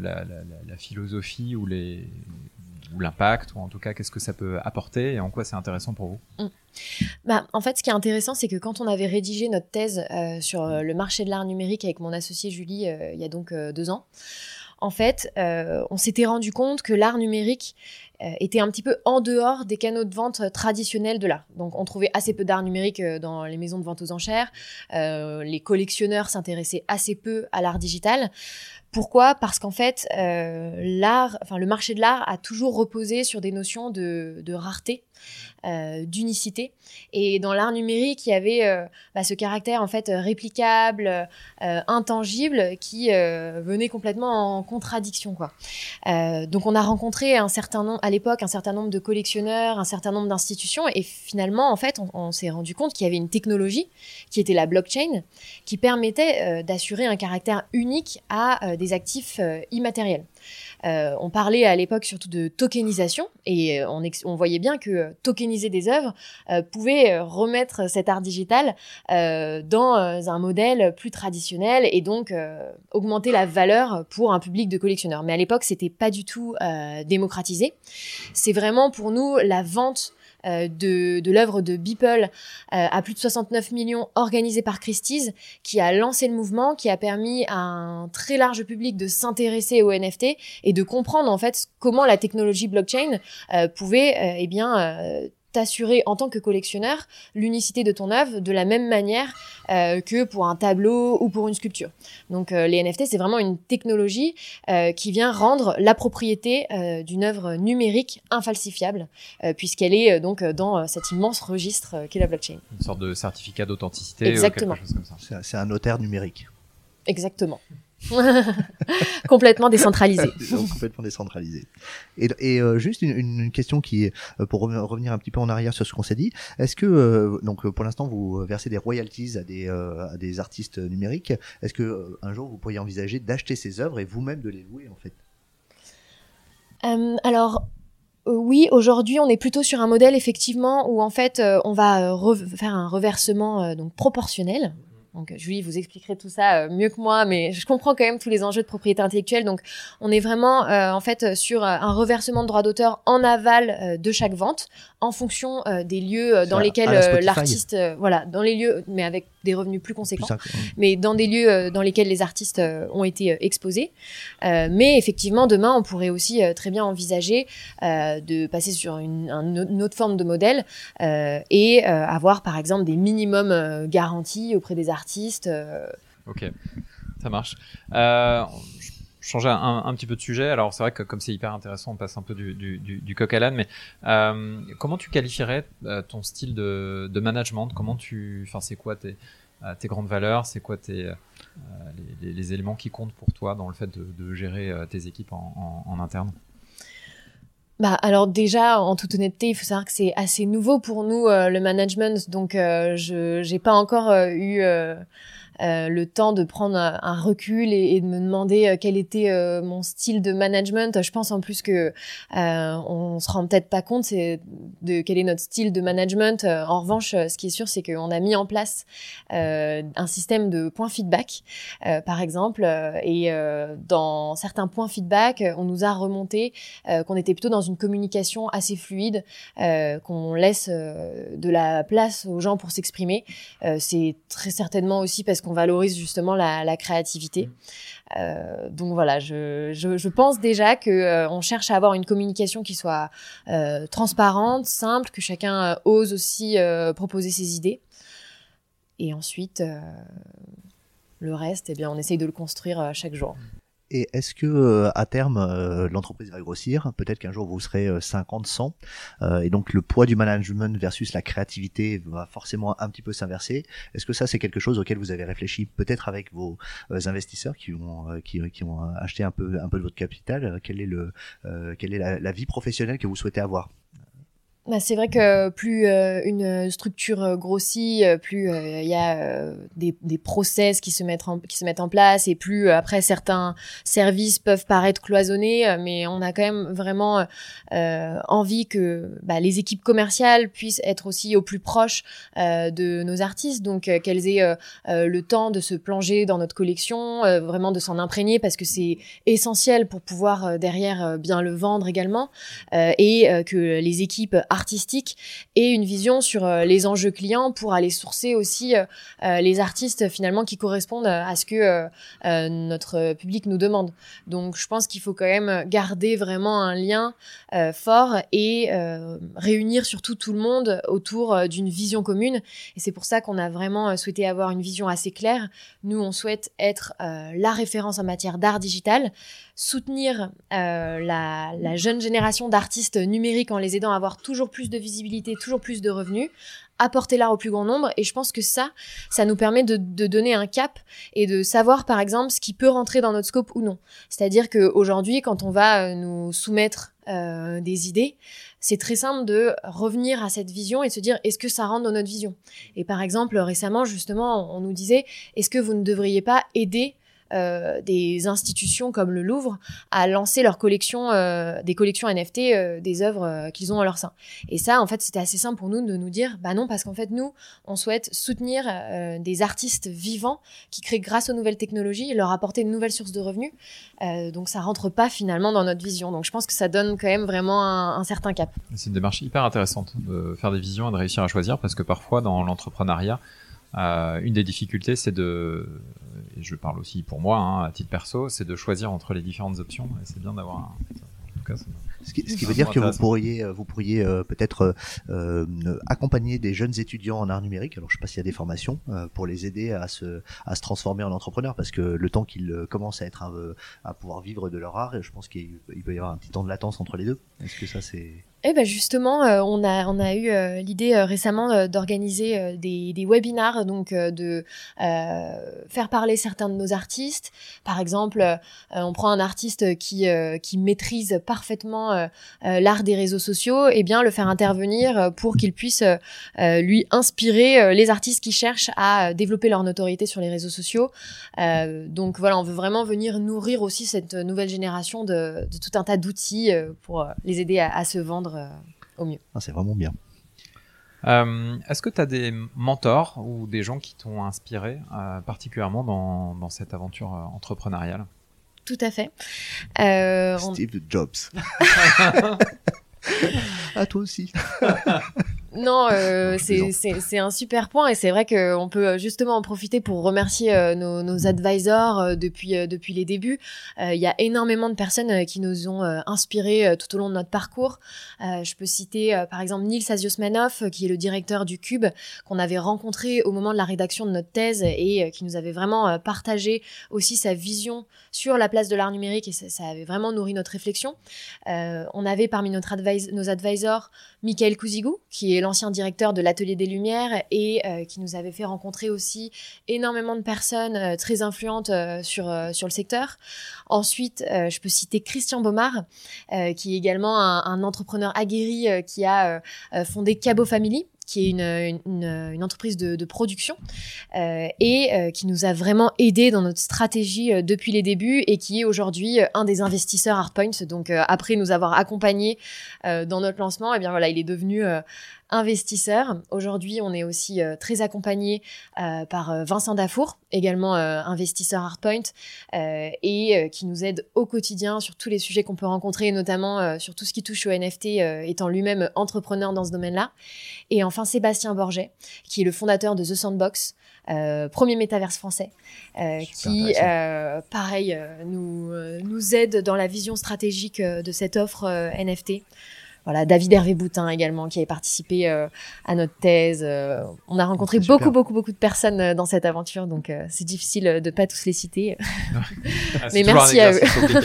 la philosophie ou l'impact, ou en tout cas qu'est-ce que ça peut apporter, et en quoi c'est intéressant pour vous? En fait, ce qui est intéressant, c'est que quand on avait rédigé notre thèse sur le marché de l'art numérique avec mon associée Julie il y a donc 2 ans, en fait, on s'était rendu compte que l'art numérique était un petit peu en dehors des canaux de vente traditionnels de l'art. Donc, on trouvait assez peu d'art numérique dans les maisons de vente aux enchères. Les collectionneurs s'intéressaient assez peu à l'art digital. Pourquoi ? Parce qu'en fait, le marché de l'art a toujours reposé sur des notions de rareté, d'unicité. Et dans l'art numérique, il y avait ce caractère en fait réplicable, intangible, qui venait complètement en contradiction, quoi. Donc, on a rencontré à l'époque un certain nombre de collectionneurs, un certain nombre d'institutions, et finalement, en fait, on s'est rendu compte qu'il y avait une technologie qui était la blockchain, qui permettait d'assurer un caractère unique à des actifs immatériels. On parlait à l'époque surtout de tokenisation, et on voyait bien que tokeniser des œuvres pouvait remettre cet art digital dans un modèle plus traditionnel, et donc augmenter la valeur pour un public de collectionneurs. Mais à l'époque, c'était pas du tout démocratisé. C'est vraiment pour nous la vente de l'œuvre de Beeple à plus de 69 millions organisée par Christie's, qui a lancé le mouvement, qui a permis à un très large public de s'intéresser aux NFT et de comprendre en fait comment la technologie blockchain pouvait t'assurer en tant que collectionneur l'unicité de ton œuvre de la même manière que pour un tableau ou pour une sculpture. Donc les NFT, c'est vraiment une technologie qui vient rendre la propriété d'une œuvre numérique infalsifiable, puisqu'elle est donc dans cet immense registre qu'est la blockchain. Une sorte de certificat d'authenticité. Exactement. Ou quelque chose comme ça. C'est un notaire numérique. Exactement. Complètement décentralisé. Complètement décentralisé. Et juste une question qui est, pour revenir un petit peu en arrière sur ce qu'on s'est dit, est-ce que, donc pour l'instant vous versez des royalties à des artistes numériques, est-ce que un jour vous pourriez envisager d'acheter ces œuvres et vous-même de les louer en fait? Alors, oui, aujourd'hui, on est plutôt sur un modèle effectivement où en fait, on va faire un reversement donc proportionnel. Donc, Julie vous expliquerait tout ça mieux que moi, mais je comprends quand même tous les enjeux de propriété intellectuelle. Donc, on est vraiment en fait sur un reversement de droits d'auteur en aval de chaque vente, en fonction des lieux dans lesquels l'artiste, voilà, dans les lieux, mais avec des revenus plus conséquents, mais dans des lieux dans lesquels les artistes ont été exposés. Mais effectivement, demain, on pourrait aussi très bien envisager de passer sur une autre forme de modèle et avoir, par exemple, des minimums garantis auprès des artistes. Ok, ça marche. Changer un petit peu de sujet. Alors c'est vrai que comme c'est hyper intéressant, on passe un peu du coq à l'âne, mais comment tu qualifierais ton style de management? C'est quoi tes grandes valeurs? C'est quoi les éléments qui comptent pour toi dans le fait de gérer tes équipes en interne? Alors déjà, en toute honnêteté, il faut savoir que c'est assez nouveau pour nous le management, donc j'ai pas encore eu le temps de prendre un recul et de me demander quel était mon style de management. Je pense en plus que on se rend peut-être pas compte de quel est notre style de management. En revanche, ce qui est sûr, c'est qu'on a mis en place un système de points feedback, par exemple, et dans certains points feedback, on nous a remonté qu'on était plutôt dans une communication assez fluide, qu'on laisse de la place aux gens pour s'exprimer. C'est très certainement aussi parce qu'on valorise justement la créativité. Donc voilà, je pense déjà que on cherche à avoir une communication qui soit transparente, simple, que chacun ose aussi proposer ses idées. Et ensuite, le reste, eh bien, on essaye de le construire chaque jour. Et est-ce que à terme l'entreprise va grossir, peut-être qu'un jour vous serez 50, 100 et donc le poids du management versus la créativité va forcément un petit peu s'inverser. Est-ce que ça c'est quelque chose auquel vous avez réfléchi peut-être avec vos investisseurs qui ont acheté un peu de votre capital? Quelle est la vie professionnelle que vous souhaitez avoir? C'est vrai que plus une structure grossit, plus il y a des process qui se mettent en place, et plus après certains services peuvent paraître cloisonnés, mais on a quand même vraiment envie que les équipes commerciales puissent être aussi au plus proche de nos artistes, donc qu'elles aient le temps de se plonger dans notre collection, vraiment de s'en imprégner, parce que c'est essentiel pour pouvoir derrière bien le vendre également, et que les équipes artistique et une vision sur les enjeux clients pour aller sourcer aussi les artistes finalement qui correspondent à ce que notre public nous demande. Donc je pense qu'il faut quand même garder vraiment un lien fort et réunir surtout tout le monde autour d'une vision commune, et c'est pour ça qu'on a vraiment souhaité avoir une vision assez claire. Nous, on souhaite être la référence en matière d'art digital, soutenir la jeune génération d'artistes numériques en les aidant à avoir toujours plus de visibilité, toujours plus de revenus, apporter l'art au plus grand nombre, et je pense que ça nous permet de donner un cap et de savoir par exemple ce qui peut rentrer dans notre scope ou non. C'est-à-dire qu'aujourd'hui, quand on va nous soumettre des idées, c'est très simple de revenir à cette vision et de se dire est-ce que ça rentre dans notre vision. Et par exemple, récemment justement, on nous disait est-ce que vous ne devriez pas aider des institutions comme le Louvre à lancer leur collection, des collections NFT des œuvres qu'ils ont en leur sein. Et ça, en fait, c'était assez simple pour nous de nous dire non, parce qu'en fait, nous, on souhaite soutenir des artistes vivants qui créent grâce aux nouvelles technologies et leur apporter une nouvelle source de revenus. Donc, ça rentre pas finalement dans notre vision. Donc, je pense que ça donne quand même vraiment un certain cap. C'est une démarche hyper intéressante de faire des visions et de réussir à choisir, parce que parfois, dans l'entrepreneuriat, une des difficultés, c'est et je parle aussi pour moi, à titre perso, c'est de choisir entre les différentes options, et c'est bien d'avoir en tout cas, Ce qui veut dire que vous pourriez peut-être accompagner des jeunes étudiants en art numérique. Alors je sais pas s'il y a des formations pour les aider à se transformer en entrepreneurs, parce que le temps qu'ils commencent à pouvoir vivre de leur art, je pense qu'il peut y avoir un petit temps de latence entre les deux. Est-ce que ça c'est... Eh ben justement, on a eu l'idée récemment d'organiser des webinars, donc de faire parler certains de nos artistes. Par exemple, on prend un artiste qui maîtrise parfaitement l'art des réseaux sociaux, et bien le faire intervenir pour qu'il puisse lui inspirer les artistes qui cherchent à développer leur notoriété sur les réseaux sociaux. Donc voilà, on veut vraiment venir nourrir aussi cette nouvelle génération de tout un tas d'outils pour les aider à se vendre au mieux. C'est vraiment bien. Est-ce que tu as des mentors ou des gens qui t'ont inspiré particulièrement dans cette aventure entrepreneuriale? Tout à fait. Steve Jobs. Ah, toi aussi. Non, c'est un super point, et c'est vrai qu'on peut justement en profiter pour remercier nos advisors depuis les débuts. Il y a énormément de personnes qui nous ont inspirés tout au long de notre parcours. Je peux citer par exemple Nils Asiosmanov, qui est le directeur du Cube, qu'on avait rencontré au moment de la rédaction de notre thèse, et qui nous avait vraiment partagé aussi sa vision sur la place de l'art numérique, et ça avait vraiment nourri notre réflexion. On avait parmi nos advisors Michael Kouzigou, qui est l'ancien directeur de l'Atelier des Lumières, et qui nous avait fait rencontrer aussi énormément de personnes très influentes sur le secteur. Ensuite, je peux citer Christian Baumard, qui est également un entrepreneur aguerri qui a fondé Cabot Family, qui est une entreprise de production et qui nous a vraiment aidé dans notre stratégie depuis les débuts, et qui est aujourd'hui un des investisseurs Artpoint. Donc après nous avoir accompagnés dans notre lancement, et bien voilà, il est devenu investisseur. Aujourd'hui, on est aussi très accompagné par Vincent Dafour, également investisseur Artpoint, et qui nous aide au quotidien sur tous les sujets qu'on peut rencontrer, notamment sur tout ce qui touche au NFT, étant lui-même entrepreneur dans ce domaine-là. Et enfin, Sébastien Borget, qui est le fondateur de The Sandbox, premier métaverse français, qui, pareil, nous aide dans la vision stratégique de cette offre NFT. Voilà, David Hervé Boutin également, qui avait participé à notre thèse. On a rencontré beaucoup de personnes dans cette aventure, donc c'est difficile de pas tous les citer. Mais merci à eux.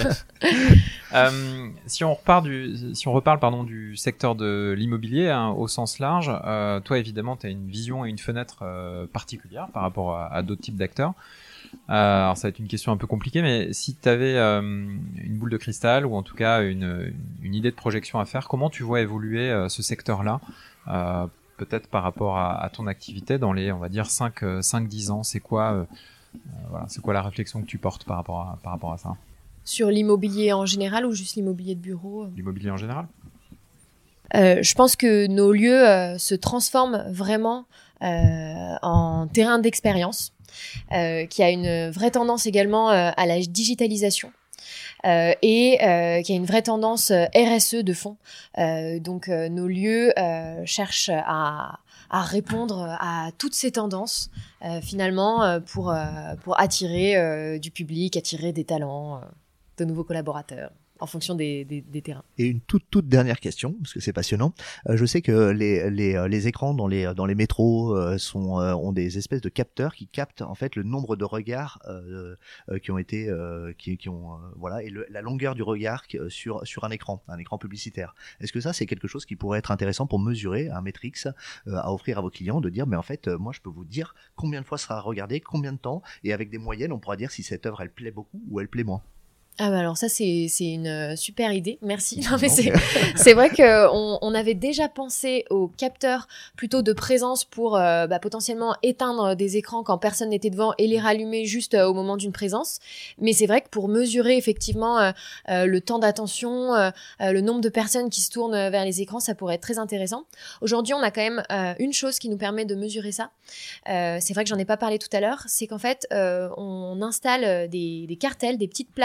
Si on reparle du secteur de l'immobilier au sens large, toi évidemment tu as une vision et une fenêtre particulière par rapport à d'autres types d'acteurs. Alors ça va être une question un peu compliquée, mais si tu avais une boule de cristal, ou en tout cas une idée de projection à faire, comment tu vois évoluer ce secteur-là, peut-être par rapport à ton activité dans les, on va dire, 5-10 ans? C'est quoi la réflexion que tu portes par rapport à ça? Sur l'immobilier en général, ou juste l'immobilier de bureau? L'immobilier en général. Je pense que nos lieux se transforment vraiment en terrain d'expérience, qui a une vraie tendance également à la digitalisation, et qui a une vraie tendance RSE de fond. Donc nos lieux cherchent à répondre à toutes ces tendances, finalement, pour attirer du public, attirer des talents, de nouveaux collaborateurs, en fonction des terrains. Et une toute dernière question, parce que c'est passionnant. Je sais que les écrans dans les métros ont des espèces de capteurs qui captent en fait le nombre de regards qui ont été voilà, et la longueur du regard sur un écran publicitaire. Est-ce que ça c'est quelque chose qui pourrait être intéressant pour mesurer un métrix à offrir à vos clients, de dire mais en fait moi je peux vous dire combien de fois sera regardé, combien de temps, et avec des moyennes on pourra dire si cette œuvre elle plaît beaucoup ou elle plaît moins. Ah bah alors ça c'est une super idée, merci. Non mais c'est vrai que on avait déjà pensé aux capteurs plutôt de présence pour potentiellement éteindre des écrans quand personne n'était devant et les rallumer juste au moment d'une présence. Mais c'est vrai que pour mesurer effectivement le temps d'attention, le nombre de personnes qui se tournent vers les écrans, ça pourrait être très intéressant. Aujourd'hui, on a quand même une chose qui nous permet de mesurer ça. C'est vrai que j'en ai pas parlé tout à l'heure, c'est qu'en fait on installe des cartels, des petites plaques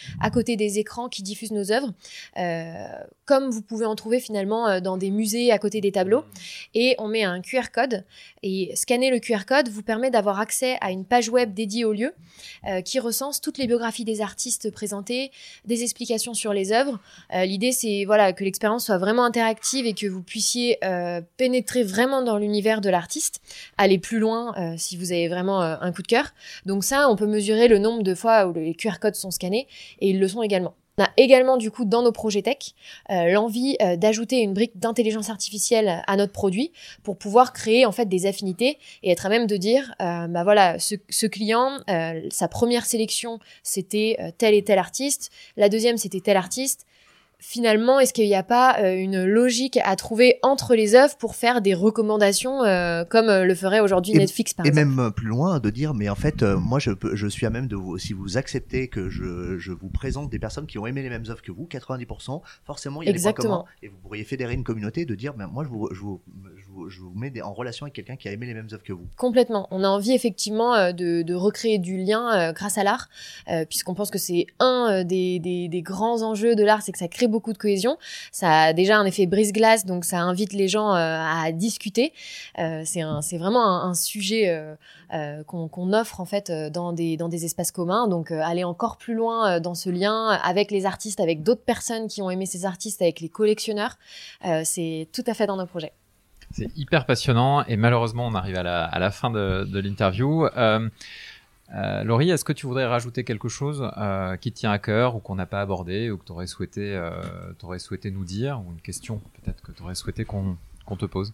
à côté des écrans qui diffusent nos œuvres, comme vous pouvez en trouver finalement dans des musées à côté des tableaux. Et on met un QR code, et scanner le QR code vous permet d'avoir accès à une page web dédiée au lieu qui recense toutes les biographies des artistes présentés, des explications sur les œuvres. L'idée, c'est que l'expérience soit vraiment interactive et que vous puissiez pénétrer vraiment dans l'univers de l'artiste, aller plus loin si vous avez vraiment un coup de cœur. Donc ça, on peut mesurer le nombre de fois où les QR codes sont scannés, et ils le sont également. On a également, du coup, dans nos projets tech, l'envie d'ajouter une brique d'intelligence artificielle à notre produit pour pouvoir créer, en fait, des affinités et être à même de dire, ce client, sa première sélection, c'était tel et tel artiste. La deuxième, c'était tel artiste. Finalement, est-ce qu'il n'y a pas une logique à trouver entre les œuvres pour faire des recommandations comme le ferait aujourd'hui Netflix, par exemple? Et même plus loin, de dire, mais en fait, moi, je suis à même de vous, si vous acceptez que je vous présente des personnes qui ont aimé les mêmes œuvres que vous, 90%, forcément, il y a des points communs, et vous pourriez fédérer une communauté de dire, moi, je vous mets en relation avec quelqu'un qui a aimé les mêmes œuvres que vous. Complètement. On a envie, effectivement, de recréer du lien grâce à l'art, puisqu'on pense que c'est un des grands enjeux de l'art, c'est que ça crée beaucoup de cohésion. Ça a déjà un effet brise-glace, donc ça invite les gens à discuter. C'est vraiment un sujet qu'on offre en fait dans des espaces communs. Donc aller encore plus loin dans ce lien avec les artistes, avec d'autres personnes qui ont aimé ces artistes, avec les collectionneurs, c'est tout à fait dans nos projets. C'est hyper passionnant, et malheureusement on arrive à la fin de l'interview. Laurie, est-ce que tu voudrais rajouter quelque chose qui te tient à cœur ou qu'on n'a pas abordé ou que tu aurais souhaité nous dire, ou une question peut-être que tu aurais souhaité qu'on te pose?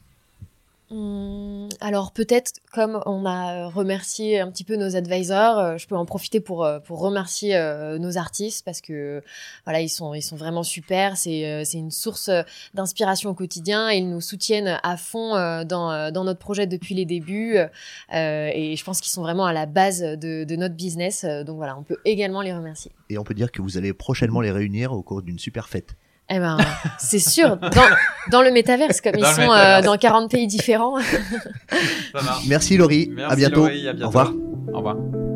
Alors peut-être, comme on a remercié un petit peu nos advisors, je peux en profiter pour remercier nos artistes, parce que ils sont vraiment super. C'est une source d'inspiration au quotidien. Ils nous soutiennent à fond dans notre projet depuis les débuts, et je pense qu'ils sont vraiment à la base de notre business. Donc voilà, on peut également les remercier. Et on peut dire que vous allez prochainement les réunir au cours d'une super fête. Eh ben, c'est sûr, dans le métaverse, comme ils sont dans 40 pays différents. Merci Laurie, Merci à bientôt. Laurie, à bientôt. Au revoir. Au revoir.